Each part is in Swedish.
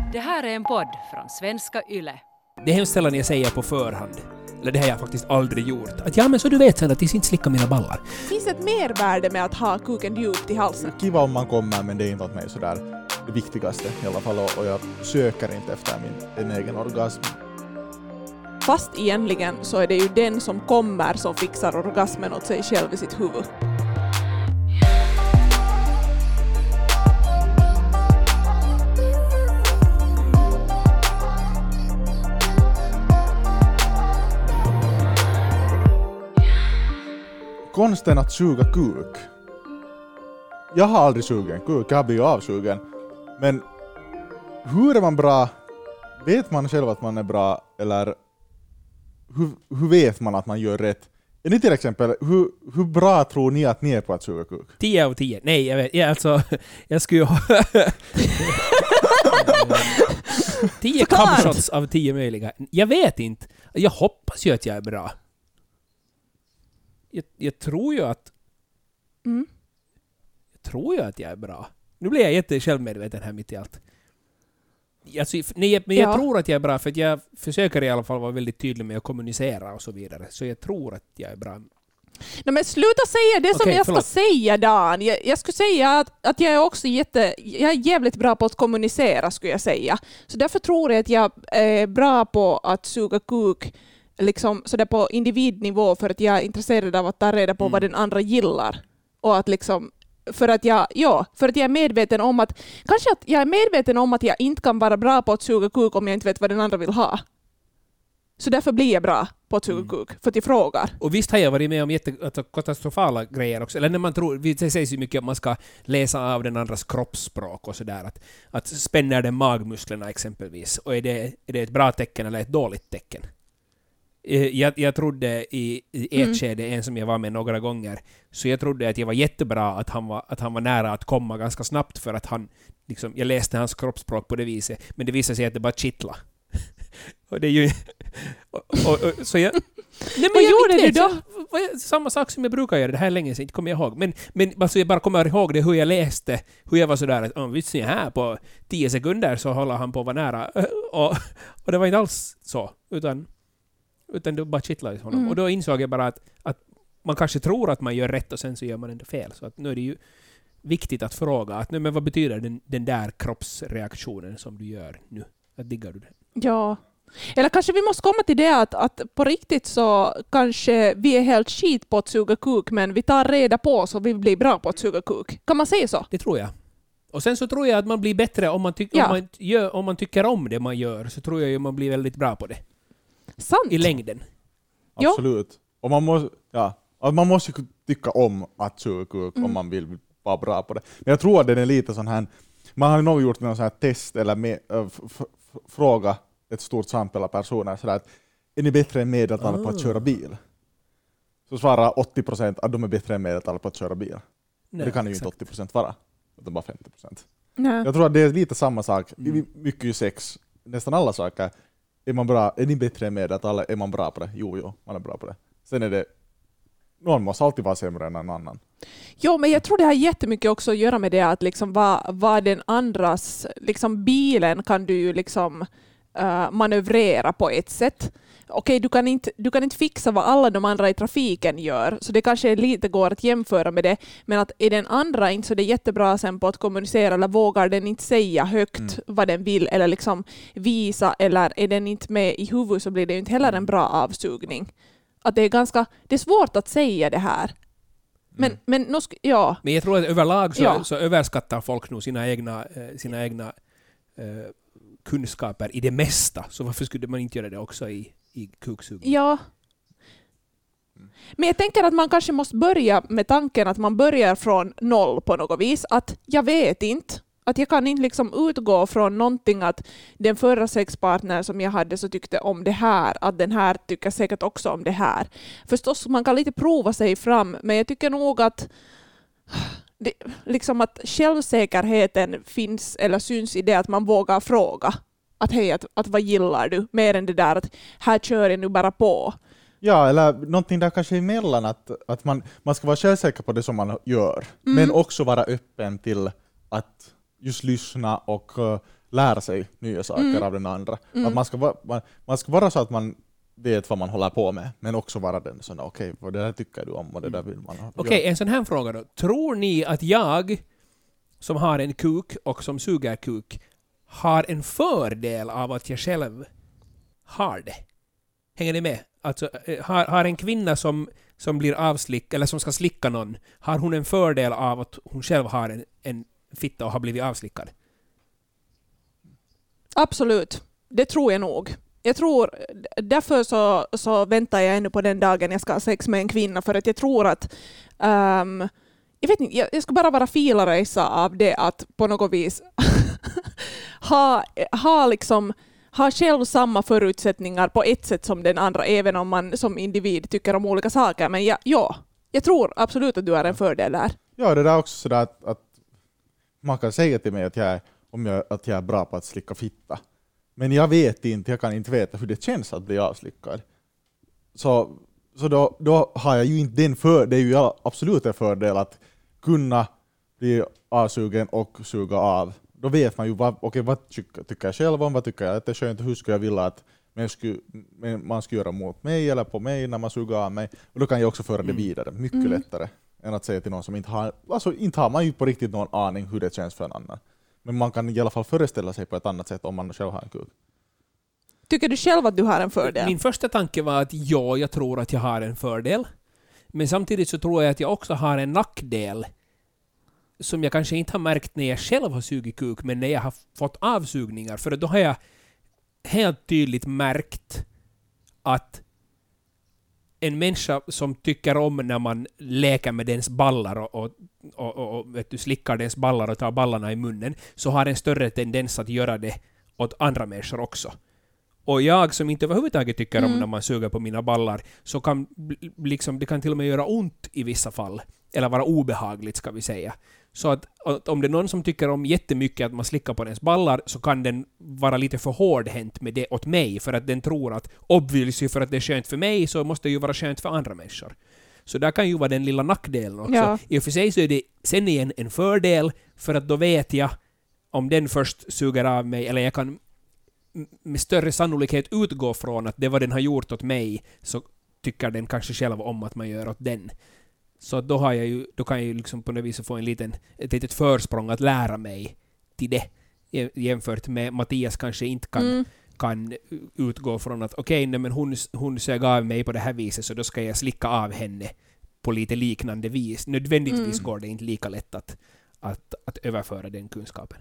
Det här är en podd från Svenska Yle. Det är hemskt sällan jag säger på förhand, eller det har jag faktiskt aldrig gjort, att ja men så du vet sen att de inte slickar mina ballar. Finns det ett mervärde med att ha kuken djupt i halsen? Kiva om man kommer, men det är inte åt mig sådär det viktigaste i alla fall, och jag söker inte efter min egen orgasm. Fast egentligen så är det ju den som kommer som fixar orgasmen åt sig själv i sitt huvud. Konsten att suga kuk. Jag har aldrig sugit en kuk, jag har blivit avsugen. Men hur är man bra? Vet man själv att man är bra? Eller hur vet man att man gör rätt? Är ni till exempel, hur bra tror ni att ni är på att suga kuk? 10 av 10. Nej, jag vet. Jag skulle ju ha 10 cumshots av 10 möjliga. Jag vet inte. Jag hoppas ju att jag är bra. Jag tror ju att jag är bra. Nu blir jag jättesjälvmedveten här mitt i allt. Men jag tror att jag är bra, för att jag försöker i alla fall vara väldigt tydlig med att kommunicera och så vidare. Så jag tror att jag är bra. Nej, men sluta säga det som jag ska säga, Dan. Jag skulle säga att jag är också jag är jävligt bra på att kommunicera, skulle jag säga. Så därför tror jag att jag är bra på att suga kuk liksom sådär på individnivå, för att jag är intresserad av att ta reda på vad den andra gillar. Och att liksom för att jag är medveten om att jag är medveten om att jag inte kan vara bra på att suga kuk om jag inte vet vad den andra vill ha. Så därför blir jag bra på att suga kuk, för att jag frågar. Och visst har jag varit med om katastrofala grejer också. Eller när man tror, det sägs ju mycket att man ska läsa av den andras kroppsspråk och sådär. Att spänner den magmusklerna exempelvis. Och är det ett bra tecken eller ett dåligt tecken? Jag trodde i ett skede, en som jag var med några gånger, så jag trodde att jag var jättebra att han var nära att komma ganska snabbt, för att han liksom, jag läste hans kroppsspråk på det viset, men det visade sig att det bara kittla. Och det är ju så jag vad gjorde du då? Samma sak som jag brukar göra, det här är länge sedan, inte kommer jag ihåg, men alltså jag bara kommer ihåg det, hur jag läste, hur jag var sådär att vi ser här på 10 sekunder så håller han på att vara nära, och det var inte alls så, utan det bara kittlade honom. Och då insåg jag bara att man kanske tror att man gör rätt och sen så gör man ändå fel. Så att nu är det ju viktigt att fråga att men vad betyder den där kroppsreaktionen som du gör nu? Att diggar du det? Ja. Eller kanske vi måste komma till det att på riktigt så kanske vi är helt skit på att suga kuk, men vi tar reda på så vi blir bra på att suga kuk. Kan man säga så? Det tror jag. Och sen så tror jag att man blir bättre om man tycker om det man gör, så tror jag att man blir väldigt bra på det. Sant. I längden. Absolut. Och man måste tycka om att suga kuk om man vill vara bra på det. Men jag tror att det är lite sån här, man har nog gjort någon sån här test eller fråga ett stort samtal av personer sådär att är ni bättre än medeltalet på att köra bil? Så svarar 80% att de är bättre än medeltalet på att köra bil. Nej, det kan ju inte 80% vara, utan bara 50%. Nej. Jag tror att det är lite samma sak. Mycket i sex, nästan alla saker. Är ni bättre än medeltalet? Är man bra på det? Jo, man är bra på det. Sen är det, någon måste alltid vara sämre än en annan. Jo, men jag tror det har jättemycket också att göra med det att liksom vad den andras, liksom bilen kan du ju liksom manövrera på ett sätt. Okej, du kan inte fixa vad alla de andra i trafiken gör, så det kanske lite går att jämföra med det, men att är den andra inte så det är jättebra sen på att kommunicera, eller vågar den inte säga högt vad den vill eller liksom visa, eller är den inte med i huvudet, så blir det inte heller en bra avsugning. Att det är svårt att säga det här. Men jag tror att överlag så överskattar folk nog sina egna kunskaper i det mesta. Så varför skulle man inte göra det också i kuksugning? Ja. Men jag tänker att man kanske måste börja med tanken att man börjar från noll på något vis. Att jag vet inte. Att jag kan inte liksom utgå från någonting att den förra sexpartner som jag hade så tyckte om det här. Att den här tycker säkert också om det här. Förstås, man kan lite prova sig fram. Men jag tycker nog att liksom att självsäkerheten finns eller syns i det att man vågar fråga. Att hej, att vad gillar du? Mer än det där att här kör jag nu bara på. Ja, eller någonting där kanske emellan att man ska vara självsäker på det som man gör. Men också vara öppen till att just lyssna och lära sig nya saker av den andra. Att man ska vara så att man vet vad man håller på med, men också vara den sån okej, vad det där tycker du om och det där vill man ha. Okej, en sån här fråga då. Tror ni att jag som har en kuk och som suger kuk har en fördel av att jag själv har det? Hänger ni med? Alltså, har en kvinna som blir avslickad eller som ska slicka någon, har hon en fördel av att hon själv har en fitta och har blivit avslickad? Absolut, det tror jag nog. Jag tror, därför så väntar jag ännu på den dagen jag ska ha sex med en kvinna, för att jag tror att jag vet inte, jag ska bara vara filarejsa av det, att på något vis ha själv samma förutsättningar på ett sätt som den andra, även om man som individ tycker om olika saker. Men jag tror absolut att du har en fördel där. Ja, det är också sådär att man kan säga till mig att jag är bra på att slicka fitta. Men jag kan inte veta hur det känns att bli avslickad. Så då har jag ju inte det är ju absolut en fördel att kunna bli avsugen och suga av. Då vet man ju vad tycker jag själv om, vad tycker jag att det är skönt, hur skulle jag vilja att man skulle göra mot mig eller på mig när man suger av mig. Och då kan jag också föra det vidare mycket lättare än att säga till någon som inte har man ju på riktigt någon aning hur det känns för en annan. Men man kan i alla fall föreställa sig på ett annat sätt om man själv har en kuk. Tycker du själv att du har en fördel? Min första tanke var att jag tror att jag har en fördel. Men samtidigt så tror jag att jag också har en nackdel som jag kanske inte har märkt när jag själv har sugit kuk, men när jag har fått avsugningar. För då har jag helt tydligt märkt att en människa som tycker om när man leker med dens ballar och vet du, slickar dens ballar och tar ballarna i munnen, så har en större tendens att göra det åt andra människor också. Och jag som inte överhuvudtaget tycker om när man suger på mina ballar, så kan det kan till och med göra ont i vissa fall. Eller vara obehagligt, ska vi säga. Så att om det är någon som tycker om jättemycket att man slickar på dens ballar, så kan den vara lite för hårdhänt med det åt mig, för att den tror att obviously för att det är skönt för mig så måste det ju vara skönt för andra människor. Så där kan ju vara den lilla nackdelen också. Ja. I och för sig så är det sen igen en fördel, för att då vet jag om den först suger av mig, eller jag kan med större sannolikhet utgå från att det vad den har gjort åt mig, så tycker den kanske själv om att man gör åt den. Så då kan jag ju liksom på något vis få ett litet försprång att lära mig till det, jämfört med Mattias kanske inte kan utgå från att men hon sög av mig på det här viset, så då ska jag slicka av henne på lite liknande vis. Nödvändigtvis går det inte lika lätt att överföra den kunskapen.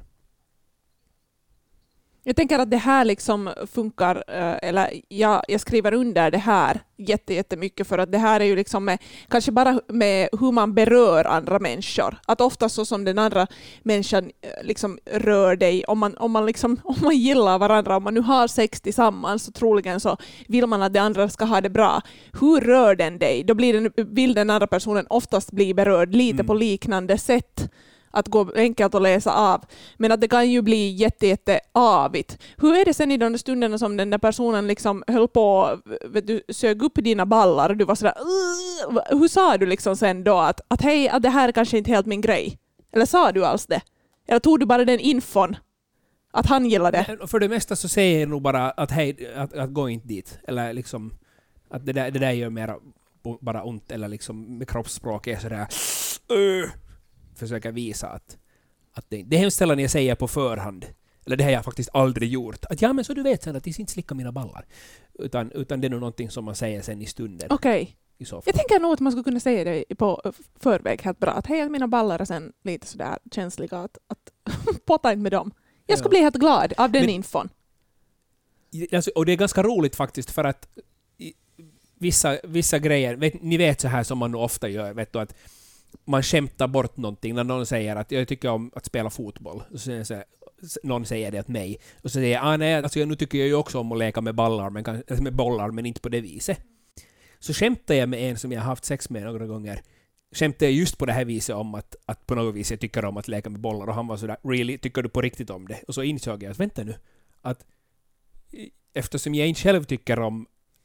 Jag tänker att det här liksom funkar, eller jag skriver under det här jättemycket, för att det här är ju liksom kanske bara med hur man berör andra människor. Att ofta så som den andra människan liksom rör dig, om man gillar varandra, om man nu har sex tillsammans, så troligen så vill man att den andra ska ha det bra. Hur rör den dig? Då vill den andra personen oftast bli berörd lite på liknande sätt. Att gå enkelt att läsa av. Men att det kan ju bli jätteavigt. Hur är det sen i de stunderna som den där personen liksom höll på, sög upp dina ballar och du var sådär, hur sa du liksom sen då att hej, att det här är kanske inte helt min grej? Eller sa du alls det? Eller tog du bara den infon att han gillar det? För det mesta så säger jag nog bara att hej, att gå inte dit. Eller liksom att det där gör mer bara ont, eller liksom med kroppsspråk är sådär försöka visa att det är hemskt sällan jag säger på förhand, eller det har jag faktiskt aldrig gjort, att men så du vet sen att de inte slickar mina ballar, utan det är nog någonting som man säger sen i stunden. Okej. Jag tänker nog att man skulle kunna säga det på förväg helt bra, att hej, mina ballar är sen lite sådär känsliga, att potta inte med dem. Jag skulle bli helt glad av den infon. Alltså, och det är ganska roligt faktiskt, för att vissa grejer, ni vet så här som man ofta gör, vet du, att man skämtar bort någonting när någon säger att jag tycker om att spela fotboll. Och så någon säger det åt mig. Och så säger jag, nej, alltså nu tycker jag ju också om att leka med bollar, men inte på det viset. Så skämtar jag med en som jag har haft sex med några gånger. Skämtar jag just på det här viset om att på något vis jag tycker om att leka med bollar. Och han var sådär, really, tycker du på riktigt om det? Och så insåg jag att vänta nu, att eftersom jag inte själv tycker om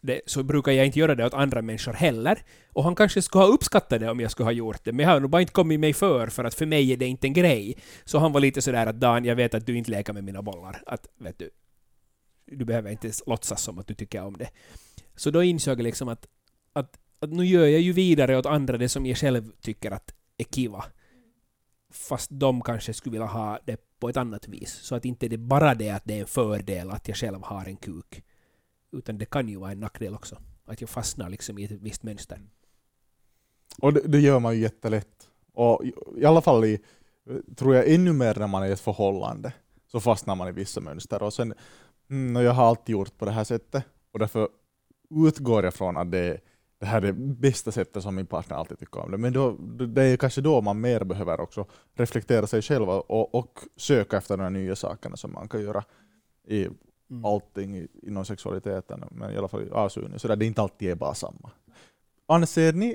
så brukar jag inte göra det åt andra människor heller. Och han kanske skulle ha uppskattat det om jag skulle ha gjort det. Men jag har nog bara inte kommit mig för att för mig är det inte en grej. Så han var lite sådär att Dan, jag vet att du inte leker med mina bollar. Att, vet du behöver inte låtsas som att du tycker om det. Så då insåg jag liksom att nu gör jag ju vidare åt andra det som jag själv tycker att är kiva. Fast de kanske skulle vilja ha det på ett annat vis. Så att inte det bara det att det är en fördel att jag själv har en kuk. Utan det kan ju vara en nackdel också. Att jag fastnar liksom i ett visst mönster. Och det gör man ju jättelätt. Och i alla fall tror jag ännu mer när man är i ett förhållande. Så fastnar man i vissa mönster. Och sen, jag har alltid gjort på det här sättet. Och därför utgår jag från att det här är det bästa sättet som min partner alltid tycker om det. Men det är kanske då man mer behöver också reflektera sig själv och söka efter de nya sakerna som man kan göra i allting inom sexualiteten. Men i alla fall i avsugning. Så det inte alltid är bara samma. Anser ni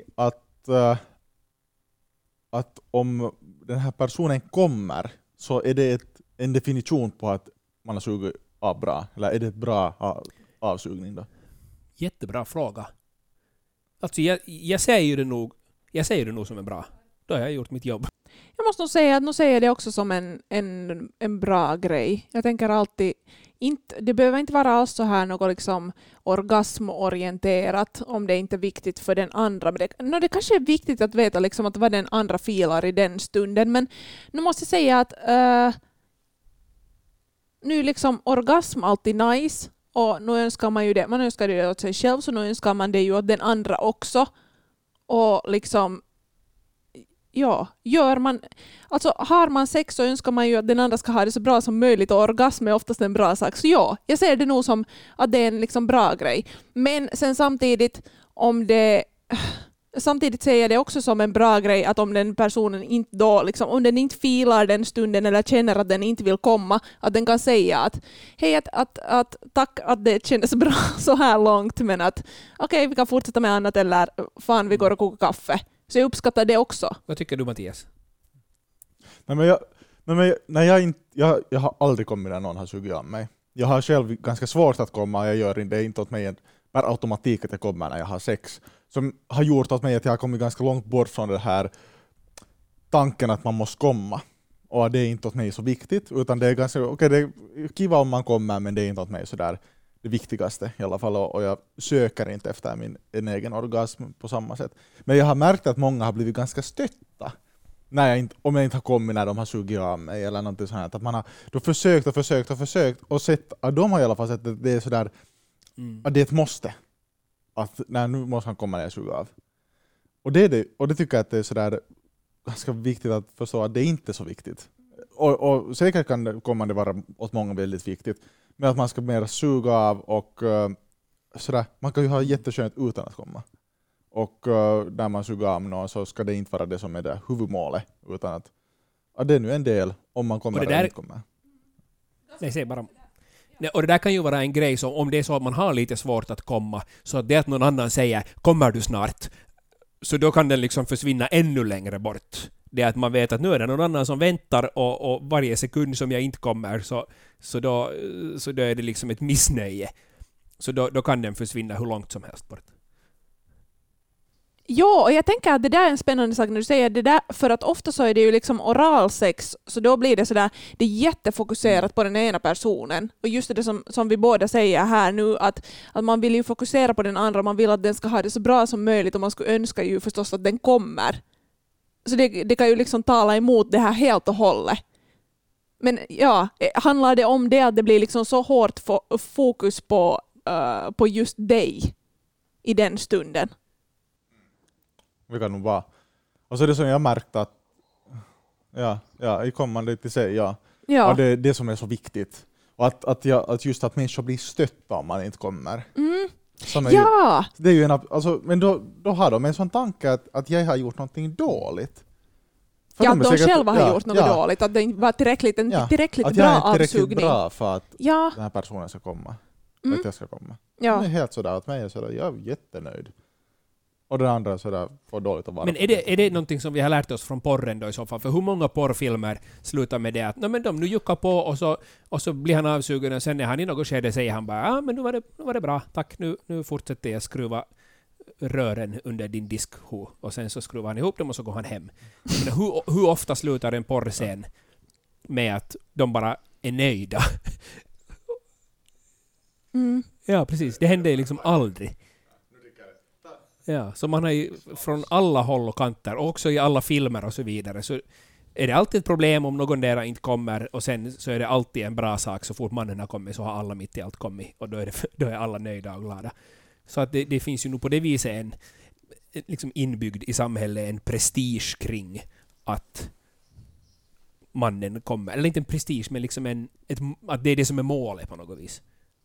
att om den här personen kommer så är det en definition på att man har sugit av bra? Eller är det ett bra avsugning då? Jättebra fråga. Alltså jag säger det nog som är bra. Då har jag gjort mitt jobb. Jag måste nog säga att nu säger det också som en bra grej. Jag tänker alltid, det behöver inte vara alls så här något liksom orgasmorienterat om det inte är viktigt för den andra. Men det kanske är viktigt att veta liksom att vad den andra filar i den stunden. Men nu måste jag säga att nu liksom orgasm alltid nice. Och nu önskar man ju det. Man önskar det åt sig själv, så nu önskar man det ju åt den andra också. Och liksom, ja, har man sex så önskar man ju att den andra ska ha det så bra som möjligt, och orgasm är oftast en bra sak. Så ja, jag ser det nog som att det är en liksom bra grej. Men sen samtidigt säger jag det också som en bra grej att om den personen inte då, liksom, om den inte filar den stunden eller känner att den inte vill komma, att den kan säga att hej, att tack att det kändes bra så här långt, men att okej, vi kan fortsätta med annat, eller fan, vi går och kokar kaffe. Så jag uppskattar det också. Vad tycker du, Mattias? Jag har aldrig kommit när någon har sugit av mig. Jag har själv ganska svårt att komma, jag gör det inte åt mig per automatik att jag kommer när jag har sex. Som har gjort åt mig att jag har kommit ganska långt bort från det här tanken att man måste komma. Och det är inte åt mig så viktigt, utan det är ganska okej, det är kiva om man kommer, men det är inte åt mig så där det viktigaste i alla fall, och jag söker inte efter en egen orgasm på samma sätt. Men jag har märkt att många har blivit ganska stötta om jag inte har kommit när de har sugit av mig eller någonting sånt, att man har då försökt och sett att de har i alla fall sett att det är sådär att det är ett måste. Att nu måste han komma när jag suger av. Och det tycker jag att det är sådär ganska viktigt att förstå att det inte är så viktigt. Och säkert kan det vara åt många väldigt viktigt. Men att man ska mer suga av och sådär. Man kan ju ha jätteskönt utan att komma. Och när man suger av någon så ska det inte vara det som är det huvudmålet. Utan att det är nu en del om man kommer eller inte kommer. Nej, säg bara. Och det där kan ju vara en grej som om det är så att man har lite svårt att komma, så att det att någon annan säger kommer du snart, så då kan den liksom försvinna ännu längre bort. Det att man vet att nu är det någon annan som väntar och varje sekund som jag inte kommer så då är det liksom ett missnöje. Så då kan den försvinna hur långt som helst bort. Ja, och jag tänker att det där är en spännande sak när du säger det där, för att ofta så är det ju liksom oralsex, så då blir det sådär, det är jättefokuserat på den ena personen. Och just det som vi båda säger här nu, att man vill ju fokusera på den andra, man vill att den ska ha det så bra som möjligt, och man skulle önska ju förstås att den kommer. Så det kan ju liksom tala emot det här helt och hållet. Men ja, handlar det om det att det blir liksom så hårt fokus på just dig i den stunden? Det kan nog vara. Och så är det som jag märkt att i kommande till sig, ja. Och det är det som är så viktigt. Och att just att människor blir stötta om man inte kommer. Det är ju men då har de en sån tanke att jag har gjort någonting dåligt. För de själva har gjort något dåligt. Att det inte var tillräckligt bra avsugning. Att jag är tillräckligt bra för att den här personen ska komma. Att jag ska komma. Det är helt sådär att mig är sådär, jag är jättenöjd. Och den andra så där får dåligt att vara. Men är det någonting som vi har lärt oss från porren då i så fall? För hur många porrfilmer slutar med det att men de nu juckar på och så blir han avsugen och sen när han i något skede säger han bara men nu var det bra, tack, nu fortsätter jag skruva rören under din diskho och sen så skruvar han ihop dem och så går han hem. Men hur ofta slutar en porrscen med att de bara är nöjda? Ja, precis. Det händer ju liksom aldrig. Ja, så man har ju från alla håll och kanter, och också i alla filmer och så vidare, så är det alltid ett problem om någon där inte kommer, och sen så är det alltid en bra sak så fort mannen har kommit så har alla mitt i allt kommit, och då är alla nöjda och glada. Så att det finns ju nog på det viset en liksom inbyggd i samhället en prestige kring att mannen kommer, eller inte en prestige men liksom att det är det som är målet på något vis.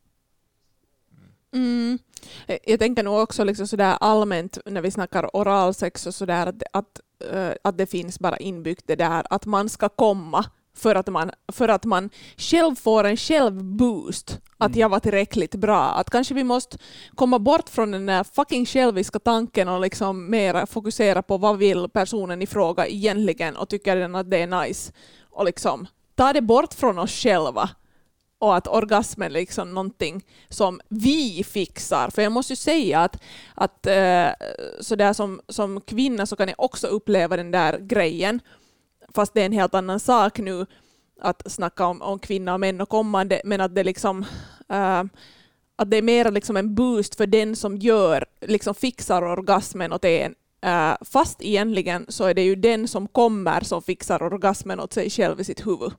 Jag tänker nog också liksom sådär allmänt när vi snackar oralsex och sådär att det finns bara inbyggt det där att man ska komma för att man själv får en självboost att jag var tillräckligt bra. Att kanske vi måste komma bort från den där fucking själviska tanken och liksom mer fokusera på vad vill personen i fråga egentligen och tycker den att det är nice. Och liksom ta det bort från oss själva. Och att orgasmen är liksom någonting som vi fixar. För jag måste ju säga att sådär som kvinna så kan jag också uppleva den där grejen. Fast det är en helt annan sak nu att snacka om kvinna och män och kommande. Men att det liksom att det är mer liksom en boost för den som liksom fixar orgasmen åt en. Fast egentligen så är det ju den som kommer som fixar orgasmen åt sig själv i sitt huvud.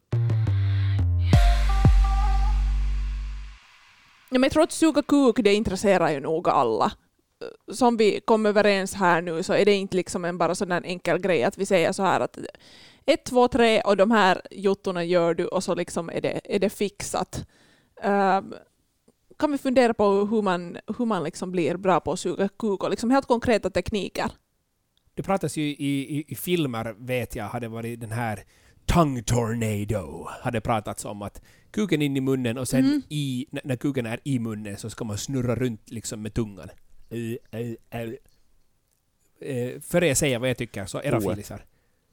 Ja, men trots suga kuk, det intresserar ju nog alla. Som vi kom överens här nu så är det inte liksom bara sån där enkel grej att vi säger så här att 1, 2, 3 och de här jottorna gör du och så liksom är det fixat. Kan vi fundera på hur man liksom blir bra på att suga kuk och liksom helt konkreta tekniker? Det pratas ju i filmer, vet jag, hade varit den här tongue tornado hade pratats om att kuken in i munnen och sen när kuken är i munnen så ska man snurra runt liksom med tungan. För jag säger vad jag tycker så era filisar.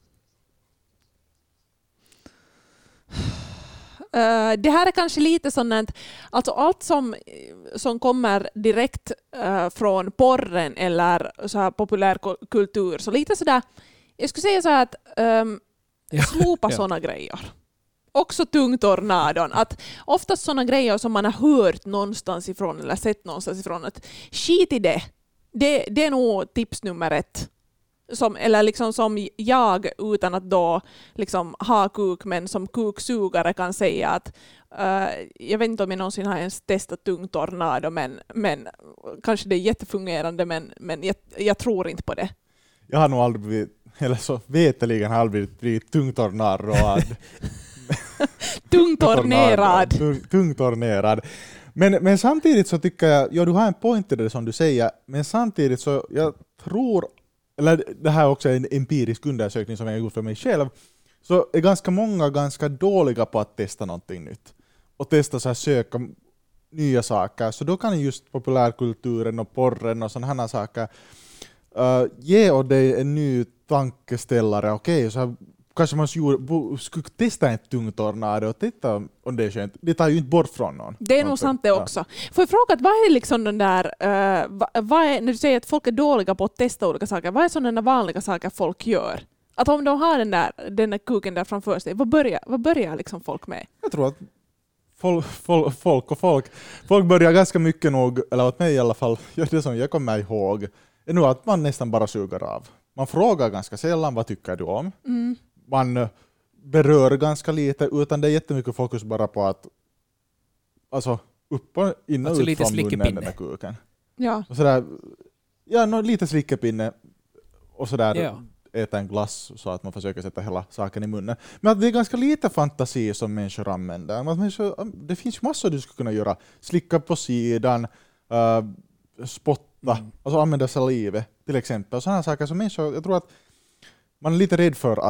Det här är kanske lite sånt, alltså allt som kommer direkt från porren eller så här populärkultur, så lite sådär, jag skulle säga så här att slopa såna grejer. Också tungtornadon. Att oftast såna grejer som man har hört någonstans ifrån eller sett någonstans ifrån, att skit i det. Det är nog tips nummer 1. Eller liksom som jag, utan att då liksom ha kuk, men som kuksugare kan säga att jag vet inte om jag någonsin har ens testat tungtornado, men kanske det är jättefungerande, men jag tror inte på det. Jag har nog aldrig blivit, eller så veteligen har jag aldrig blivit tungtornad. Tungtornerad. Men samtidigt så tycker jag, ja, du har en point i det som du säger, men samtidigt så jag tror, eller det här är också en empirisk undersökning som jag har gjort för mig själv, så är ganska många ganska dåliga på att testa någonting nytt. Och testa så här, söka nya saker. Så då kan just populärkulturen och porren och sådana här saker ge åt dig en ny tankeställare. Okej, så här, kanske man skulle testa en tungtornado och titta om det är skönt. Det tar ju inte bort från någon. Det är nog sant det också. Får jag fråga, vad är liksom den där, vad är, när du säger att folk är dåliga på att testa olika saker, vad är sådana vanliga saker folk gör? Att om de har den där kuken där framför sig, vad börjar liksom folk med? Jag tror att folk börjar ganska mycket nog, eller åt mig i alla fall, det som jag kommer ihåg, är nog att man nästan bara suger av. Man frågar ganska sällan, vad tycker du om? Man berör ganska lite, utan det är jättemycket fokus bara på att alltså upp och in och alltså ut från munnen med kuken. Ja. Och sådär, lite slickepinne och sådär äta en glass så att man försöker sätta hela saken i munnen. Men att det är ganska lite fantasi som människor använder. Det finns massor du skulle kunna göra. Slicka på sidan, spotta, alltså använda saliv till exempel. Sådana saker som människor, jag tror att man är lite rädd för att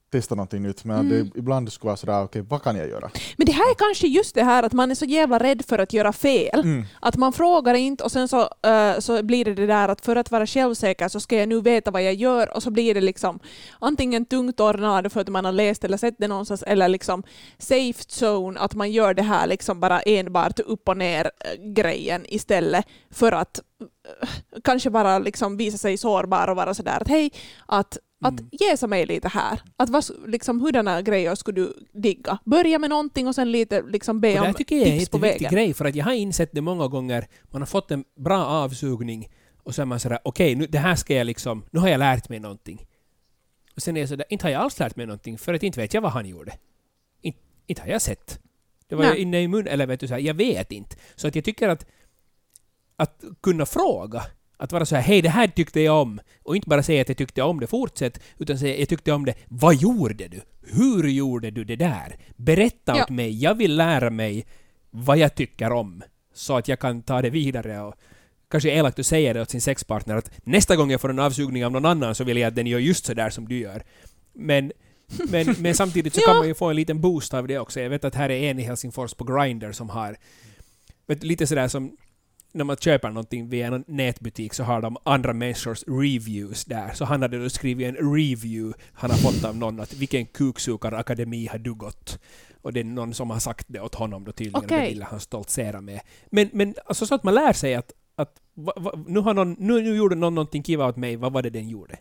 testa någonting nytt. Men det, ibland skulle vara sådär, okej, vad kan jag göra? Men det här är kanske just det här att man är så jävla rädd för att göra fel. Att man frågar inte och sen så blir det där att för att vara självsäker så ska jag nu veta vad jag gör och så blir det liksom antingen tung tornado för att man har läst eller sett det någonstans eller liksom safe zone att man gör det här liksom bara enbart upp och ner grejen istället för att kanske bara liksom visa sig sårbar och vara sådär att hej, att ge mig lite här. Att liksom, hurdana grejer skulle du digga? Börja med någonting och sen lite liksom be om tips på vägen. Det tycker jag är en jätteviktig grej för att jag har insett det många gånger. Man har fått en bra avsugning och så är man sådär, okej, nu det här ska jag liksom, nu har jag lärt mig någonting. Och sen är jag sådär, inte har jag alls lärt mig någonting för att inte vet jag vad han gjorde. Inte har jag sett. Det var jag inne i mun, eller vet du, så här, jag vet inte. Så att jag tycker att kunna fråga, att vara så här, hej, det här tyckte jag om. Och inte bara säga att jag tyckte om det, fortsätt. Utan säga, jag tyckte om det. Vad gjorde du? Hur gjorde du det där? Berätta åt mig. Jag vill lära mig vad jag tycker om. Så att jag kan ta det vidare. Och kanske elakt att säga det åt sin sexpartner. Att nästa gång jag får en avsugning av någon annan så vill jag att den gör just så där som du gör. Men samtidigt så kan man ju få en liten boost av det också. Jag vet att här är en i Helsingfors på Grindr som har lite sådär som när man köper någonting via en nätbutik så har de andra människors reviews där. Så han hade då skrivit en review han har fått av någon att vilken kuksukarakademi har du gått? Och det är någon som har sagt det åt honom då tydligen. Okay. Det ville han stoltsera med. Men alltså så att man lär sig att nu gjorde någon någonting kiva åt mig. Vad var det den gjorde?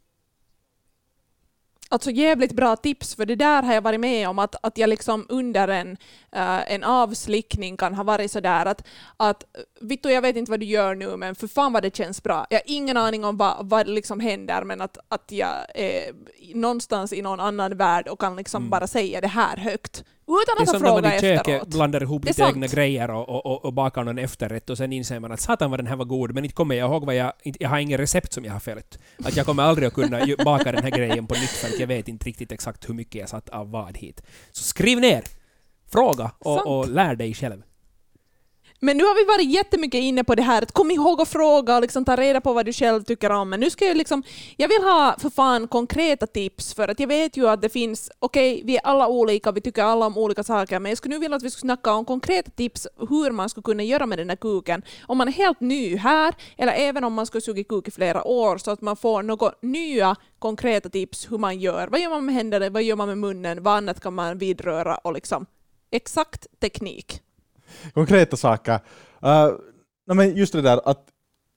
Alltså jävligt bra tips, för det där har jag varit med om att jag liksom under en avslickning kan ha varit sådär att Vittu, jag vet inte vad du gör nu men för fan vad det känns bra. Jag har ingen aning om vad liksom händer men att jag är någonstans i någon annan värld och kan liksom bara säga det här högt. Utan att fråga efteråt. Det är som när man i köket blandar ihop lite egna grejer och bakar någon efterrätt och sen inser man att satan vad den här var god men inte kommer jag ihåg jag har ingen recept som jag har följt. Att jag kommer aldrig att kunna baka den här grejen på nytt för att jag vet inte riktigt exakt hur mycket jag satt av vad hit. Så skriv ner, fråga och lär dig själv. Men nu har vi varit jättemycket inne på det här att kom ihåg att fråga och liksom ta reda på vad du själv tycker om. Men nu ska jag vill ha för fan konkreta tips för att jag vet ju att det finns, okej, vi är alla olika, vi tycker alla om olika saker, men jag skulle nu vilja att vi skulle snacka om konkreta tips hur man skulle kunna göra med den här kuken. Om man är helt ny här eller även om man skulle suga kuk i flera år så att man får några nya konkreta tips hur man gör. Vad gör man med händerna, vad gör man med munnen, vad annat kan man vidröra och liksom exakt teknik. Konkreta saker. Men just det där att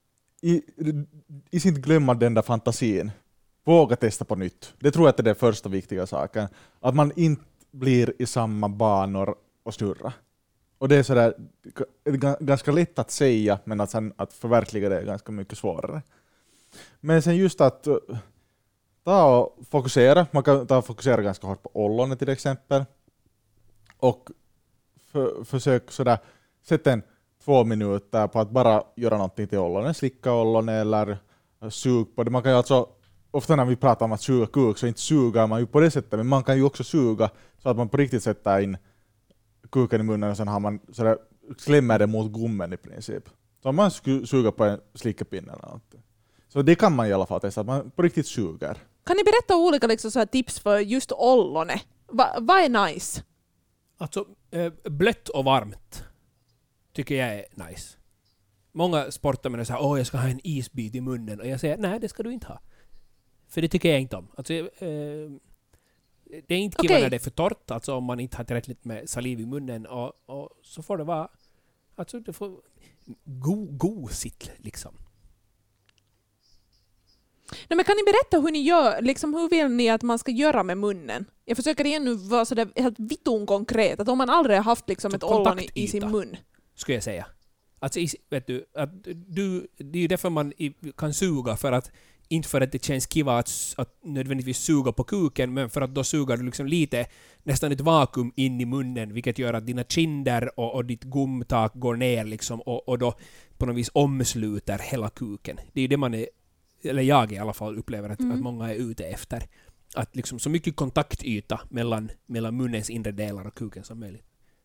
i sin glömma den där fantasin. Våga testa på nytt. Det tror jag att det är den första viktiga saken. Att man inte blir i samma banor och snurra. Och det är sådär ganska lätt att säga men att förverkliga det är ganska mycket svårare. Men sen just att ta och fokusera. Man kan ta och fokusera ganska hårt på ollonet till exempel. Och försök sådär, sätt en 2 minuter på att bara göra någonting till ollonen, slicka ollonen eller sug på det. Man kan ju alltså, ofta när vi pratar om att suga kuk så inte sugar man ju på det sättet, men man kan ju också suga så att man på riktigt sätter in kuken i munnen och sen har man sådär, klämmer det mot gommen i princip. Så man suger på en slickepinne eller något. Så det kan man i alla fall testa, att man på riktigt suger. Kan ni berätta olika liksom, så här tips för just ollonet? Vad är nice? Alltså, blött och varmt tycker jag är nice. Många sportare säger jag ska ha en isbit i munnen. Och jag säger, nej det ska du inte ha. För det tycker jag inte om. Alltså, det är inte kul när det är för torrt. Alltså om man inte har tillräckligt med saliv i munnen. Och så får det vara... Alltså det får... Gosigt liksom. Nej, men kan ni berätta hur ni gör, liksom, hur vill ni att man ska göra med munnen? Jag försöker igen nu vara så där helt vitton konkret, att om man aldrig har haft liksom ett ollon i sin mun. Skulle jag säga. Alltså, vet du, det är ju därför man kan suga, för att inte för att det känns kiva att nödvändigtvis suga på kuken, men för att då sugar du liksom lite, nästan ett vakuum in i munnen, vilket gör att dina kinder och ditt gomtak går ner liksom, och då på något vis omsluter hela kuken. Det är det man är, eller jag i alla fall upplever att många är ute efter. Att liksom så mycket kontaktyta mellan munnens inre delar och kuken som möjligt.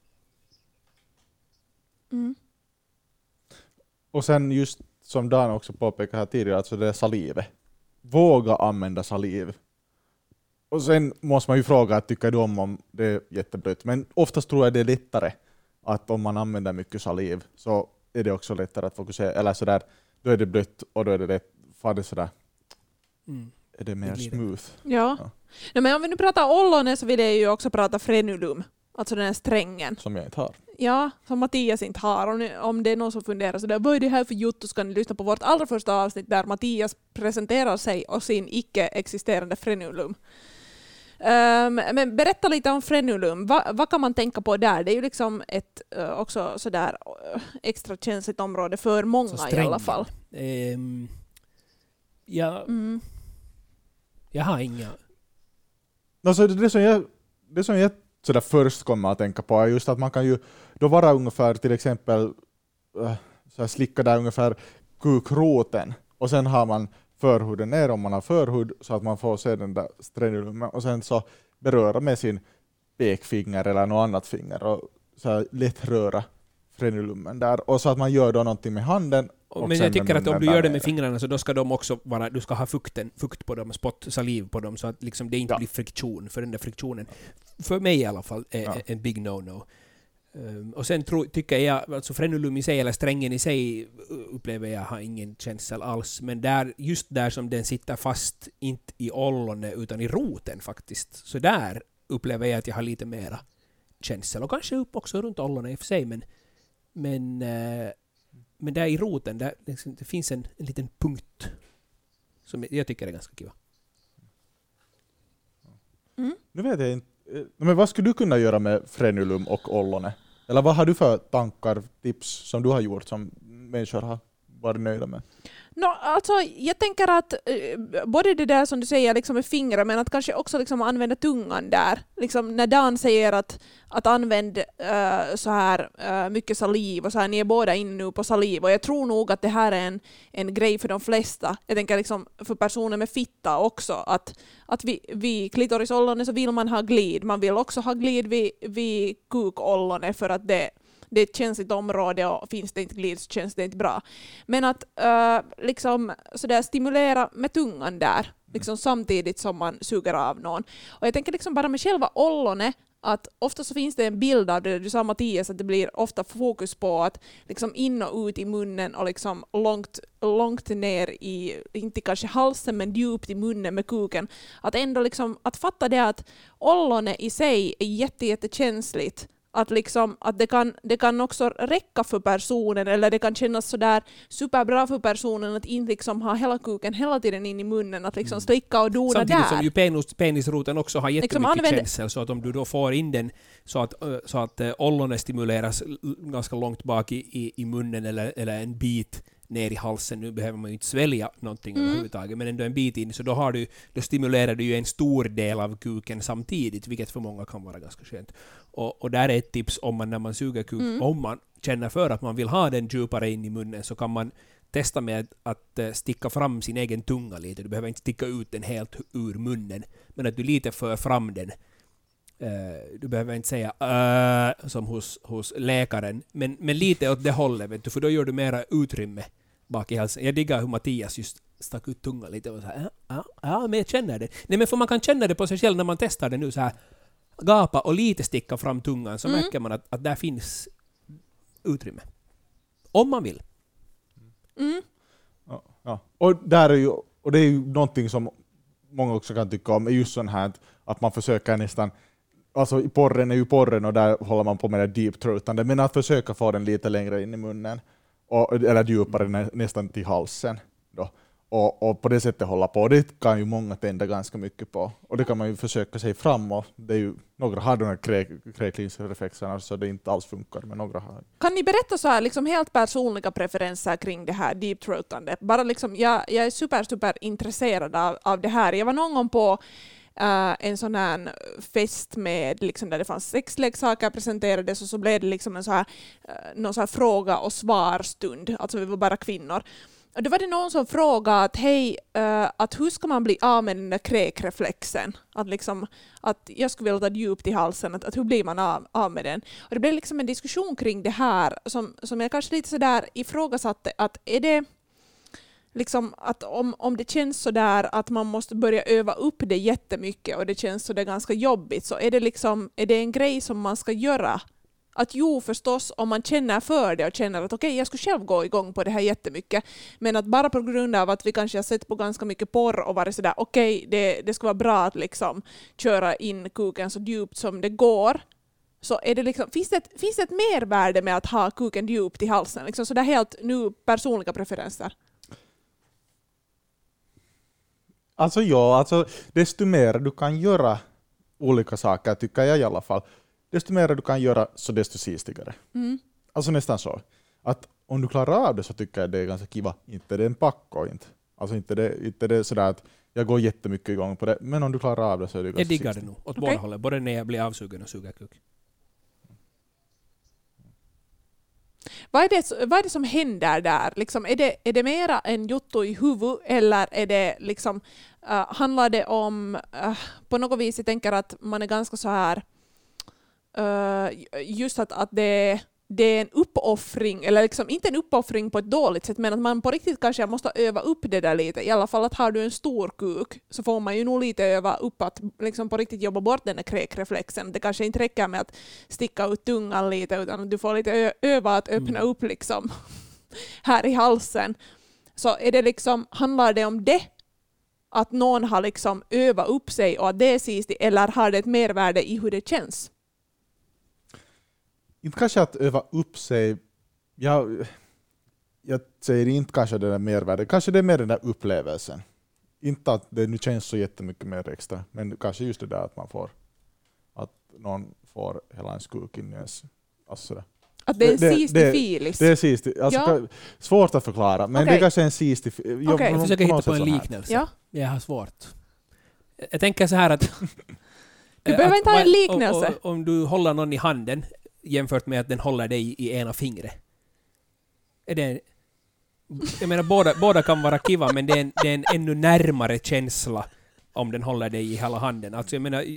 Mm. Och sen just som Dan också påpekade här tidigare, alltså det är salivet. Våga använda saliv. Och sen måste man ju fråga att tycker du om det är jätteblött. Men oftast tror jag det är lättare att om man använder mycket saliv så är det också lättare att fokusera. Eller sådär, då är det blött och då är det lätt. För det sådär. Är det mer smooth? Ja. Nej, men om vi nu pratar ollonen så vill jag ju också prata frenulum. Alltså den här strängen. Som jag inte har. Ja, som Mattias inte har. Om det är någon som funderar så där, vad är det här för juttu, så kan ni lyssna på vårt allra första avsnitt där Mattias presenterar sig och sin icke-existerande frenulum. Men berätta lite om frenulum. Vad kan man tänka på där? Det är ju liksom ett också sådär extra känsligt område för många i alla fall. Jag har inga. Alltså det som jag sådär först kommer att tänka på är just att man kan ju då vara ungefär till exempel så här slicka där ungefär kukroten och sen har man förhuden ner om man har förhud så att man får se den där strenulumen och sen så beröra med sin pekfinger eller något annat finger och så här lätt röra frenulumen där och så att man gör då någonting med handen. Men jag tycker att om du gör det med fingrarna så då ska de också vara, du ska ha fukt på dem, saliv på dem så att liksom det inte blir friktion, för den där friktionen för mig i alla fall är en big no-no. Och sen tycker jag, alltså frenulum i sig eller strängen i sig upplever jag har ingen känsel alls, men just där som den sitter fast, inte i ollonet utan i roten faktiskt, så där upplever jag att jag har lite mera känsel och kanske upp också runt ollonet i och för sig, men där i roten, där liksom, det finns en liten punkt som jag tycker är ganska kul. Nu vet jag inte. Men vad skulle du kunna göra med frenulum och ollone? Eller vad har du för tankar, tips som du har gjort som människor har varit nöjda med? Alltså, jag tänker att både det där som du säger liksom med fingrar, men att kanske också liksom använda tungan där. Liksom när Dan säger att använd så här mycket saliv och så här, ni är båda inne nu på saliv och jag tror nog att det här är en grej för de flesta. Jag tänker liksom för personer med fitta också att vid klitorisollonet så vill man ha glid. Man vill också ha glid vid kukollonet för att det är ett känsligt område och finns det inte glid så känns det inte bra. Men att liksom sådär stimulera med tungan där liksom samtidigt som man suger av någon. Och jag tänker liksom bara med själva ollonet att ofta så finns det en bild av det, du sa Mattias, att det blir ofta fokus på att liksom in och ut i munnen och liksom långt ner i, inte kanske halsen men djupt i munnen med kuken. Att ändå liksom, att fatta det att ollonet i sig är jättekänsligt. Att det kan också räcka för personen eller det kan kännas så där superbra för personen att inte liksom ha hela kuken hela tiden in i munnen, att liksom slicka och dona samtidigt där. Samtidigt som ju penisroten också har jättemycket liksom känsel, så att om du då får in den så att ollonet stimuleras ganska långt bak i munnen eller en bit ner i halsen, nu behöver man ju inte svälja någonting överhuvudtaget, men ändå en bit in, så då stimulerar du ju en stor del av kuken samtidigt, vilket för många kan vara ganska skönt. Och där är ett tips när man suger kuk, om man känner för att man vill ha den djupare in i munnen, så kan man testa med att sticka fram sin egen tunga lite. Du behöver inte sticka ut den helt ur munnen, men att du lite för fram den. Du behöver inte säga som hos läkaren, men lite åt det hållet, vet du, för då gör du mera utrymme bak i halsen. Jag diggar hur Mattias just stack ut tungan lite och så här, ja, men jag känner det. Nej, men för man kan känna det på sig själv när man testar det nu så här, gapa och lite sticka fram tungan, så märker man att där finns utrymme. Om man vill. Ja. Och det är ju någonting som många också kan tycka om, är just sån här att man försöker nästan, alltså porren är ju porren och där håller man på med det deep throatande, men att försöka få den lite längre in i munnen eller djupare nästan till halsen då. Och på det sättet hålla på. Det kan ju många tända ganska mycket på. Och det kan man ju försöka sig fram. Och det är ju, några har de här kräklingsreflexerna så det inte alls funkar, men några har. Kan ni berätta så här, liksom helt personliga preferenser kring det här deep throatande? Bara liksom, jag är super intresserad av det här. Jag var någon gång på en sån här fest med liksom, där det fanns sexleksaker presenterades och så blev det liksom en så här, någon så här fråga och svarstund. Alltså vi var bara kvinnor. Och då var det någon som frågade att hej, att hur ska man bli av med den där kräkreflexen? Att jag skulle vilja ta djupt i halsen, att hur blir man av med den? Och det blev liksom en diskussion kring det här som jag kanske lite sådär ifrågasatte, att är det liksom att om det känns så där att man måste börja öva upp det jättemycket och det känns så där ganska jobbigt, så är det en grej som man ska göra. Att jo, förstås, om man känner för det och känner att okej, jag skulle själv gå igång på det här jättemycket, men att bara på grund av att vi kanske har sett på ganska mycket porr och varit sådär okej, det skulle vara bra att liksom köra in kuken så djupt som det går, så är det liksom, finns det ett mervärde med att ha kuken djupt i halsen? Liksom så där helt nu personliga preferenser. Alltså desto mer du kan göra olika saker, tycker jag i alla fall, desto mer du kan göra, så desto sistigare. Alltså nästan så. Att om du klarar av det, så tycker jag det är ganska kiva. Inte det är en packo, inte. Alltså inte det sådär att jag går jättemycket igång på det, men om du klarar av det så är det ganska jag diggar det nog, åt båda hållen. Både när jag blir avsugen och suger kuk. Vad är det som händer där? Liksom, är det mera en jotto i huvud, eller är det liksom, handlar det om på något vis, jag tänker att man är ganska så här just att det är en uppoffring, eller liksom inte en uppoffring på ett dåligt sätt, men att man på riktigt kanske måste öva upp det där lite. I alla fall att har du en stor kuk så får man ju nog lite öva upp att liksom på riktigt jobba bort den där kräkreflexen. Det kanske inte räcker med att sticka ut tungan lite, utan du får lite öva att öppna upp liksom här i halsen. Så är det liksom, handlar det om det? Att någon har liksom övat upp sig och att det är sist, eller har det ett mervärde i hur det känns? Inte kanske att öva upp sig. Jag säger inte kanske det där mervärde. Kanske det är mer den där upplevelsen. Inte att det nu känns så jättemycket mer extra. Men kanske just det där att någon får hela ens kuk in i ens. Alltså att det är en sistig filis. Det är sistig. Alltså, svårt att förklara. Men det är kanske en sistig filis. Jag försöker hitta på en liknelse. Ja. Jag har svårt. Jag tänker så här att du behöver inte ha en liknelse. Om du håller någon i handen jämfört med att den håller dig i ena fingret. Jag menar, båda kan vara kiva, men det är en ännu närmare känsla om den håller dig i hela handen. Alltså jag menar,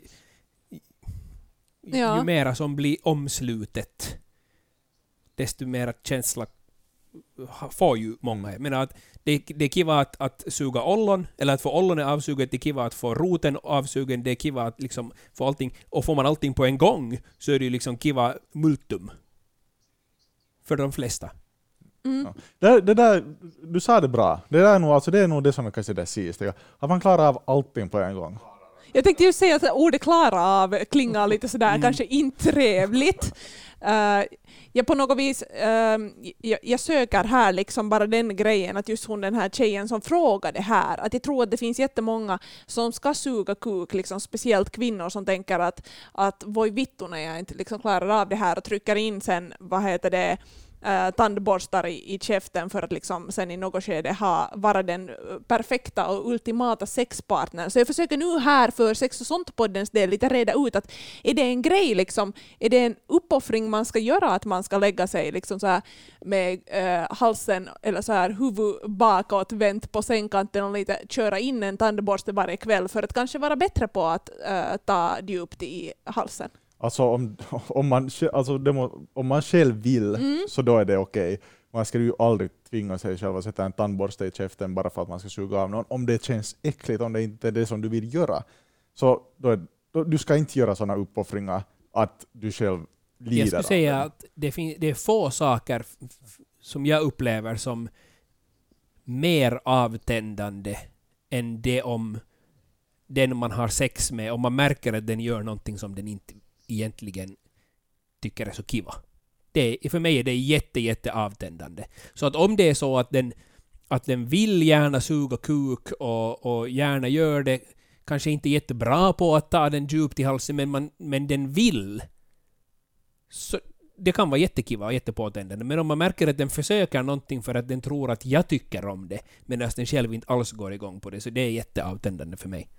ju mera som blir omslutet, desto mera känsla får ju många. Jag menar att det är kiva att suga ollon, eller att få ollonen avsuget, det är kiva att få roten avsugen, det är kiva att liksom få allting, och får man allting på en gång så är det ju liksom kiva multum för de flesta. Det där, du sa det bra. Det är nog det som är kanske det sista. Att man klarar av allting på en gång. Jag tänkte ju säga att ordet klara av klingar lite sådär kanske inte trevligt. Jag på något vis jag söker här liksom bara den grejen att just hon, den här tjejen som frågade här, att jag tror att det finns jättemånga som ska suga kuk, liksom speciellt kvinnor som tänker att voi vittu när jag inte liksom klarar av det här, och trycker in sen tandborstar i käften för att liksom sen i något skede vara den perfekta och ultimata sexpartnern. Så jag försöker nu här för Sex och sånt-poddens del lite reda ut att är det en grej liksom, är det en uppoffring man ska göra att man ska lägga sig liksom så här med halsen eller så här huvud bakåt vänt på sängkanten och lite köra in en tandborste varje kväll för att kanske vara bättre på att ta djupt i halsen? Alltså om man själv vill så då är det okej. Man ska ju aldrig tvinga sig själv att sätta en tandborste i käften bara för att man ska suga av någon. Om det känns äckligt, om det inte är det som du vill göra. Så du ska inte göra sådana uppoffringar att du själv lider. Jag skulle säga att det är få saker som jag upplever som mer avtändande än det om den man har sex med, om man märker att den gör någonting som den inte egentligen tycker är så kiva. För mig är det jätte avtändande. Så att om det är så att den vill gärna suga kuk och gärna gör det, kanske inte jättebra på att ta den djupt i halsen, men den vill, så det kan vara jättekiva och jättepåtändande. Men om man märker att den försöker någonting för att den tror att jag tycker om det, medan den själv inte alls går igång på det, så det är jätteavtändande för mig.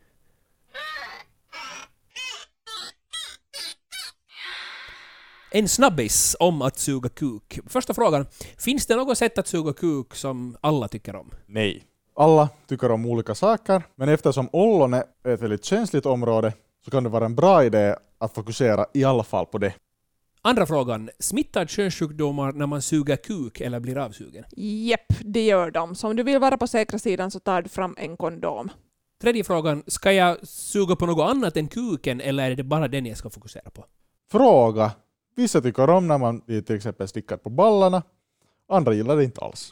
En snabbis om att suga kuk. Första frågan. Finns det något sätt att suga kuk som alla tycker om? Nej. Alla tycker om olika saker, men eftersom ollon är ett väldigt känsligt område så kan det vara en bra idé att fokusera i alla fall på det. Andra frågan. Smittar könssjukdomar när man suger kuk eller blir avsugen? Jepp, det gör de. Så om du vill vara på säkra sidan så tar du fram en kondom. Tredje frågan. Ska jag suga på något annat än kuken eller är det bara den jag ska fokusera på? Fråga. Vissa tycker om när man till exempel stickar på ballarna. Andra gillar det inte alls.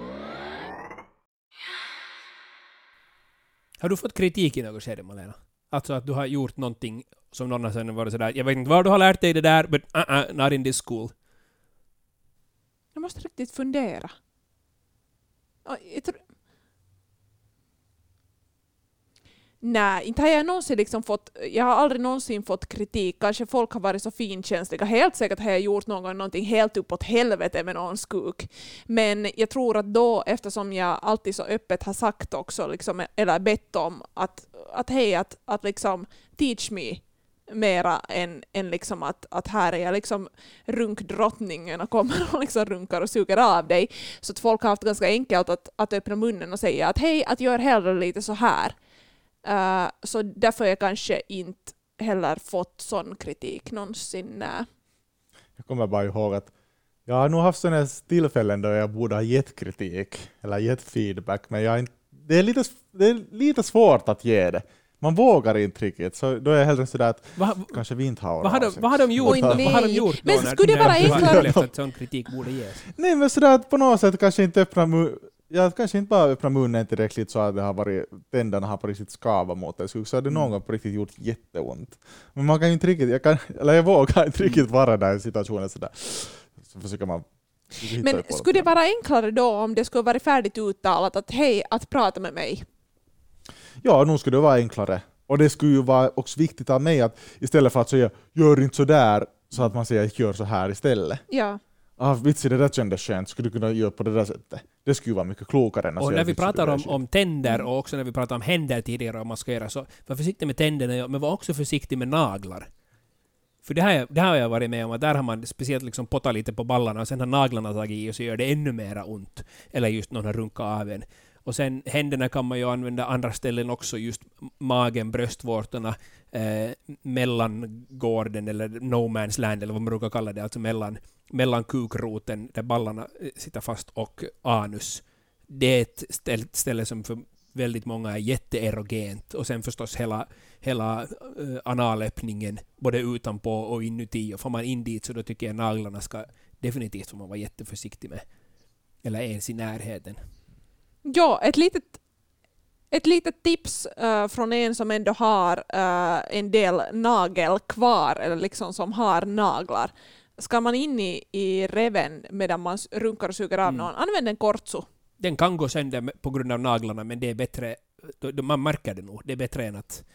Har du fått kritik i något skede, Malena? Alltså att du har gjort någonting som någon har sen varit sådär, jag vet inte var du har lärt dig det där, but not in this school. Jag måste riktigt fundera. Nej, inte har jag någonsin liksom fått, jag har aldrig någonsin fått kritik. Kanske folk har varit så finkänsliga. Helt säkert har jag gjort någonting helt uppåt helvete med någons kuk. Men jag tror att då, eftersom jag alltid så öppet har sagt också, liksom, eller bett om att hej, att liksom teach me mera än liksom att här är jag liksom runkdrottningen och kommer och liksom runkar och suger av dig. Så att folk har haft ganska enkelt att öppna munnen och säga att hej, att gör hellre lite så här. Så därför har jag kanske inte heller fått sån kritik någonsin. Jag kommer bara ihåg att jag har nog haft sådana tillfällen då jag borde ha gett kritik eller gett feedback, men det är lite svårt att ge det. Man vågar inte riktigt, så då är jag hellre sådär att kanske vi inte har vad har de gjort? Vad har de gjort då? Men skulle det vara enklare att sån kritik borde ges? Nej, men sådär att på något sätt kanske inte kanske inte bara öppna munnen tillräckligt så att det har varit, tänderna har på riktigt skavat mot det. Så hade någon gång på riktigt gjort jätteont. Men man kan ju inte riktigt, jag vågar inte riktigt vara där i situationen sådär. Så försöker man. Men skulle det vara enklare då om det skulle vara färdigt uttalat att hej, att prata med mig? Ja, nog skulle det vara enklare. Och det skulle ju vara också viktigt av mig att istället för att säga gör inte så där, så att man säger gör så här istället. Ja. Vitsi, det där kändes skönt. Skulle du kunna göra på det där sättet? Det skulle vara mycket klokare än att och säga. när vi pratar om tänder och också när vi pratar om händer tidigare och man ska göra så, var försiktig med tänderna, men var också försiktig med naglar. För det har jag varit med om, att där har man speciellt liksom pottat lite på ballarna och sen har naglarna tagit i och så gör det ännu mera ont. Eller just någon har runkat av en. Och sen händerna kan man ju använda andra ställen också, just magen, bröstvårtorna, mellangården eller no man's land eller vad man brukar kalla det, alltså mellan kukroten där ballarna sitter fast och anus. Det är ett ställe som för väldigt många är jätteerogent, och sen förstås hela analöppningen både utanpå och inuti, och får man in dit så då tycker jag naglarna ska definitivt får man vara jätteförsiktig med, eller ens i närheten. Ja, ett litet tips från en som ändå har en del nagel kvar, eller liksom som har naglar. Ska man in i reven medan man runkar och suger av någon, använd en kortso. Den kan gå sönder på grund av naglarna, men det är bättre, man märker det nog, det är bättre än att...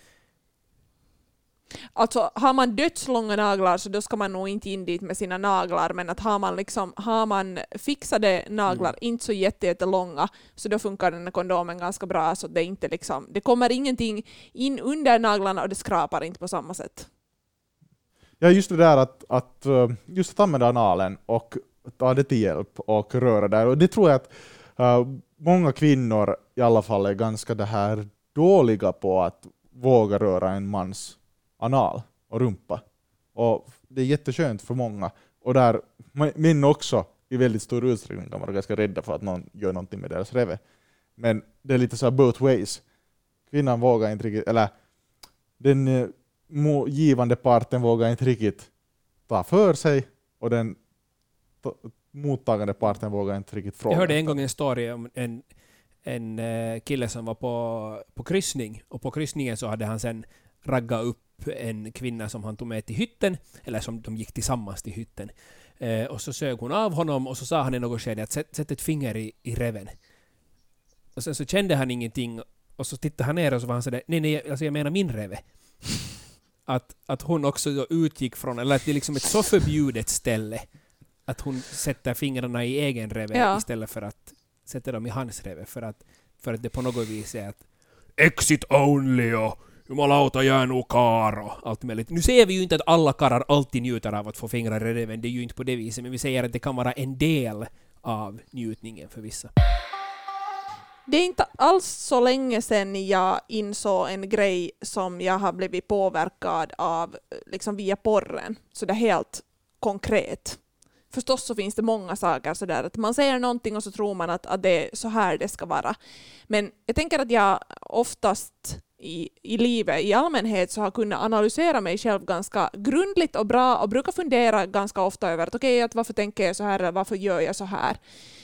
Alltså har man dödslånga naglar så då ska man nog inte in dit med sina naglar, men att har man fixade naglar, inte så jättelånga, så då funkar den här kondomen ganska bra, så det är inte liksom, det kommer ingenting in under naglarna och det skrapar inte på samma sätt. Ja, just det där att just att använda analen och ta det till hjälp och röra där, och det tror jag att många kvinnor i alla fall är ganska det här dåliga på att våga röra en mans anal och rumpa. Och det är jätteskönt för många. Och där män också i väldigt stor utsträckning kan vara ganska rädda för att någon gör någonting med deras reve. Men det är lite så här both ways. Kvinnan vågar inte riktigt, eller den givande parten vågar inte riktigt ta för sig, och den mottagande parten vågar inte riktigt fråga. Jag hörde en gång en story om en kille som var på kryssning, och på kryssningen så hade han sen raggat upp en kvinna som han tog med till hytten, eller som de gick tillsammans till hytten. Och så sög hon av honom och så sa han i något skede att sätt ett finger i reven. Och sen så kände han ingenting, och så tittade han ner och så var han sådär, nej, alltså jag menar min reve. Att hon också då utgick från, eller att det är liksom ett så förbjudet ställe att hon sätter fingrarna i egen reve istället för att sätta dem i hans reve, för att det på något vis är att exit only och jumalauta jag är nog kar och allt möjligt. Nu säger vi ju inte att alla karar alltid njuter av att få fingrar i reven, det är ju inte på det viset, men vi säger att det kan vara en del av njutningen för vissa. Det är inte alls så länge sedan jag insåg en grej som jag har blivit påverkad av liksom via porren. Så det är helt konkret. Förstås så finns det många saker så där att man säger någonting och så tror man att det är så här det ska vara. Men jag tänker att jag oftast i livet i allmänhet så har kunnat analysera mig själv ganska grundligt och bra och brukar fundera ganska ofta över att okej, att varför tänker jag så här eller varför gör jag så här.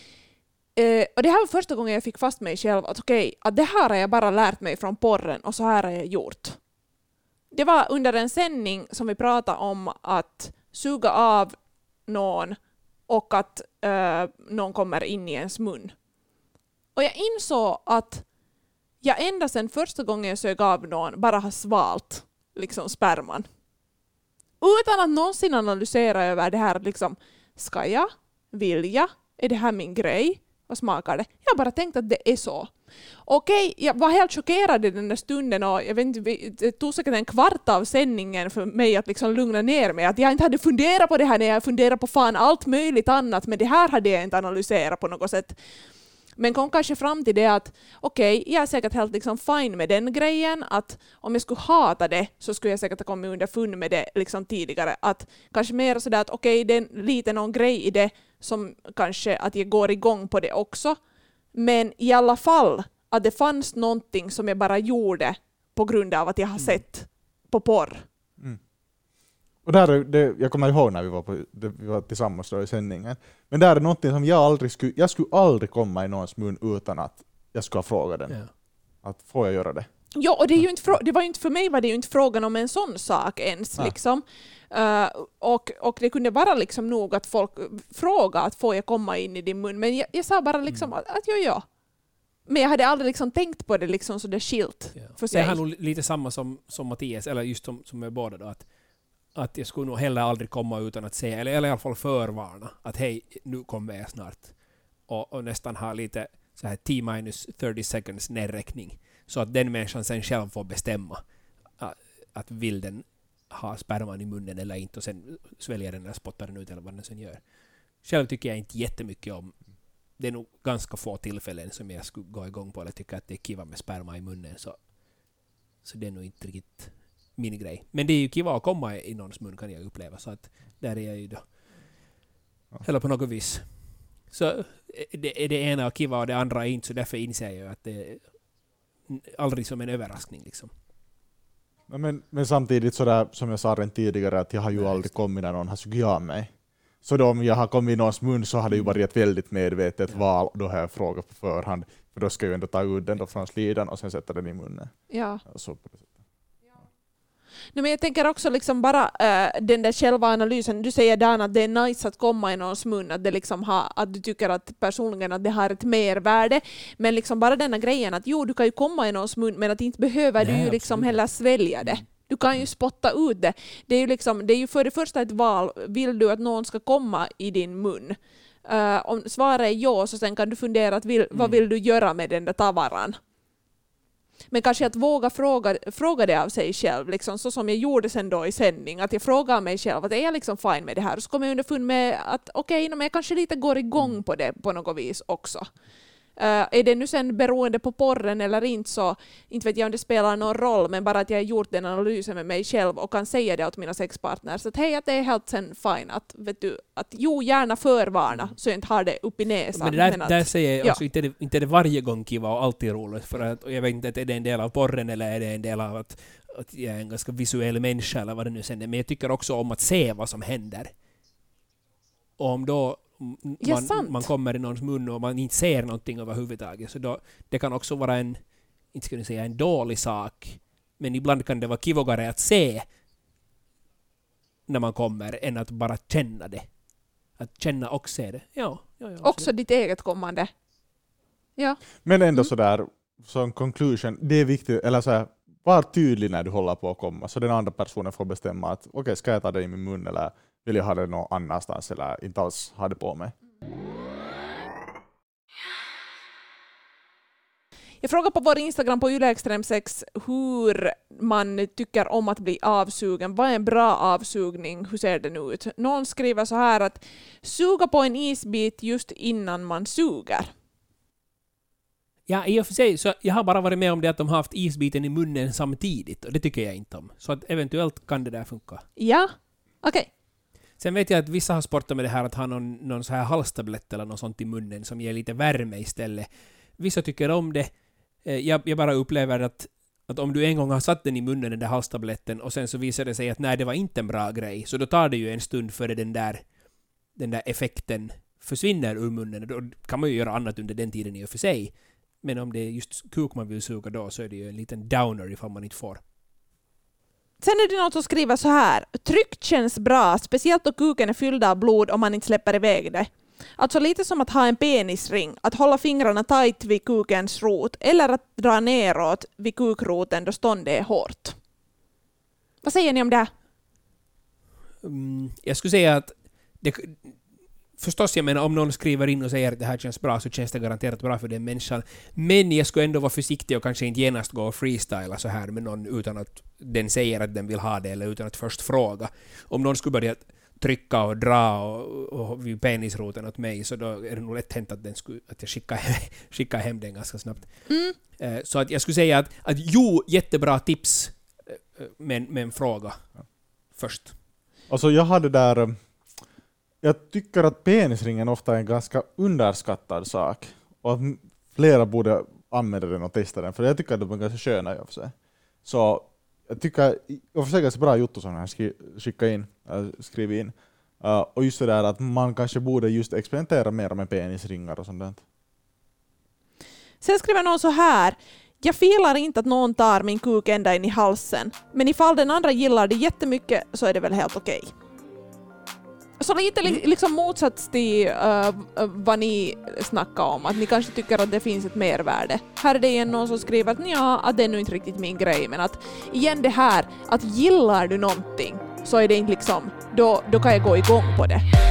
Och det här var första gången jag fick fast mig själv att okej, att det här har jag bara lärt mig från porren och så här har jag gjort. Det var under en sändning som vi pratade om att suga av någon och att någon kommer in i ens mun. Och jag insåg att jag ända sedan första gången jag sög av någon bara har svalt liksom sperman. Utan att någonsin analysera över det här liksom, ska jag? Vill jag? Är det här min grej? Vad smakar det? Jag bara tänkte att det är så. Okej, jag var helt chockerad i den där stunden och jag vet inte, det tog säkert en kvart av sändningen för mig att liksom lugna ner mig. Att jag inte hade funderat på det här när jag funderade på fan allt möjligt annat, men det här hade jag inte analyserat på något sätt. Men kom kanske fram till det att okej, jag är säkert helt liksom fine med den grejen, att om jag skulle hata det så skulle jag säkert ha kommit underfund med det liksom tidigare. Att kanske mer sådär att okej, det är lite någon grej i det som kanske att jag går igång på det också. Men i alla fall att det fanns någonting som jag bara gjorde på grund av att jag har sett på porr. Mm. Och där är det, jag kommer ihåg när vi var tillsammans då i sändningen. Men där är någonting som jag skulle aldrig komma i någons mun utan att jag skulle fråga den. Ja. Att får jag göra det? Ja, och det är ju inte det var ju inte för mig var det ju inte frågan om en sån sak ens liksom. Och det kunde vara liksom nog att folk frågar att får jag komma in i din mun, men jag sa bara liksom att ja. Men jag hade aldrig liksom tänkt på det liksom så det skilt för sig. Det är nog lite samma som Mattias, eller just som med båda då, att jag skulle nog heller aldrig komma utan att säga, eller i alla fall förvarna, att hej, nu kommer jag snart. Och nästan ha lite så här T-30 seconds nedräkning, så att den människan sen själv får bestämma att vill den ha sperman i munnen eller inte, och sen sväljer den eller spottar den ut eller vad den sen gör. Själv tycker jag inte jättemycket om, det är nog ganska få tillfällen som jag skulle gå igång på eller tycka att det är kiva med sperma i munnen, så det är nog inte riktigt min grej. Men det är ju kiva att komma i någons mun, kan jag uppleva, så att där är jag ju då eller på något vis. Så det ena och kiva och det andra är inte, så därför inser jag ju att det är aldrig som en överraskning liksom. Men samtidigt sådär som jag sa redan tidigare, att jag har ju aldrig kommit när någon har sugit av mig. Så då om jag har kommit i någons mun så har det ju varit ett väldigt medvetet val, och då har jag frågat på förhand, för då ska jag ju ändå ta ut den då från slidan och sen sätta den i munnen. Ja. Så på det sättet. Nej, men jag tänker också liksom bara den där själva analysen. Du säger Dan att det är nice att komma i någons mun, att det liksom att du tycker att personligen att det har ett mervärde, men liksom bara denna grejen att jo, du kan ju komma i någons mun, men att inte behöver du ju liksom heller svälja det. Du kan ju spotta ut det. Det är ju för det första ett val. Vill du att någon ska komma i din mun? Om svaret är ja, så sen kan du fundera att vad vill du göra med den där tavaran? Men kanske att våga fråga det av sig själv, liksom, så som jag gjorde sen då i sändning, att jag frågar mig själv att är jag liksom fine med det här, och så kommer jag underfund med att okej, men jag kanske lite går igång på det på något vis också. Är det nu sen beroende på porren eller inte, så inte vet jag om det spelar någon roll, men bara att jag har gjort den analysen med mig själv och kan säga det åt mina sexpartners att hej, att det är helt sen fine, att vet du, att jo, gärna förvarna så jag inte har det upp i näsan. Men där säger jag också, inte det varje gång kiva och alltid roligt, för att jag vet inte att är det en del av porren eller är det en del av att jag är en ganska visuell människa eller vad det nu sen är, men jag tycker också om att se vad som händer. Och om då man kommer i någons mun och man inte ser någonting överhuvudtaget, så då, det kan också vara inte skulle säga en dålig sak, men ibland kan det vara kivogare att se när man kommer än att bara känna det. Att känna och se det. Ja, också ditt eget kommande. Ja. Men ändå sådär, som conclusion, det är viktigt, eller så här, var tydlig när du håller på att komma, så den andra personen får bestämma att okej, ska jag ta det i min mun eller vill jag ha det någon annanstans eller inte alls ha det på mig. Jag frågar på vår Instagram på YleExtrem6 hur man tycker om att bli avsugen. Vad är en bra avsugning? Hur ser den ut? Någon skriver så här att suga på en isbit just innan man suger. Ja, i och för sig, så jag har bara varit med om det att de har haft isbiten i munnen samtidigt, och det tycker jag inte om. Så att eventuellt kan det där funka. Ja, okej. Sen vet jag att vissa har sportat med det här att ha någon så här halstablett eller något sånt i munnen som ger lite värme istället. Vissa tycker om det. Jag bara upplever att om du en gång har satt den i munnen, den där halstabletten, och sen så visar det sig att nej, det var inte en bra grej, så då tar det ju en stund före den där effekten försvinner ur munnen. Då kan man ju göra annat under den tiden i och för sig. Men om det är just kuk man vill suga då, så är det ju en liten downer ifall man inte får. Sen är det något som skriver så här. Tryck känns bra, speciellt då kuken är fylld av blod om man inte släpper iväg det. Alltså lite som att ha en penisring, att hålla fingrarna tajt vid kukens rot eller att dra neråt vid kukroten då ståndet är hårt. Vad säger ni om det? Jag skulle säga att förstås, jag menar, om någon skriver in och säger att det här känns bra, så känns det garanterat bra för den människan. Men jag skulle ändå vara försiktig och kanske inte genast gå och freestyla så här med någon utan att den säger att den vill ha det, eller utan att först fråga. Om någon skulle börja trycka och dra och vid penisroten åt mig, så då är det nog lätt hänt att jag skickar hem den ganska snabbt. Så att jag skulle säga att jättebra tips, men en fråga först. Alltså jag hade där... Jag tycker att penisringen ofta är en ganska underskattad sak. Och att flera borde använda den och testa den. För jag tycker att de är ganska sköna i och för sig. Så jag tycker och för sig ganska bra Jotto som här skriver in. Och just det där att man kanske borde just experimentera mer med penisringar och sånt där. Sen skriver någon så här. Jag filar inte att någon tar min kuk ända in i halsen. Men ifall den andra gillar det jättemycket så är det väl helt okej. Så lite liksom motsats till vad ni snackar om. Att ni kanske tycker att det finns ett mervärde. Här är det igen någon som skriver att det är nu inte riktigt min grej. Men att igen det här, att gillar du någonting så är det inte liksom, då kan jag gå igång på det.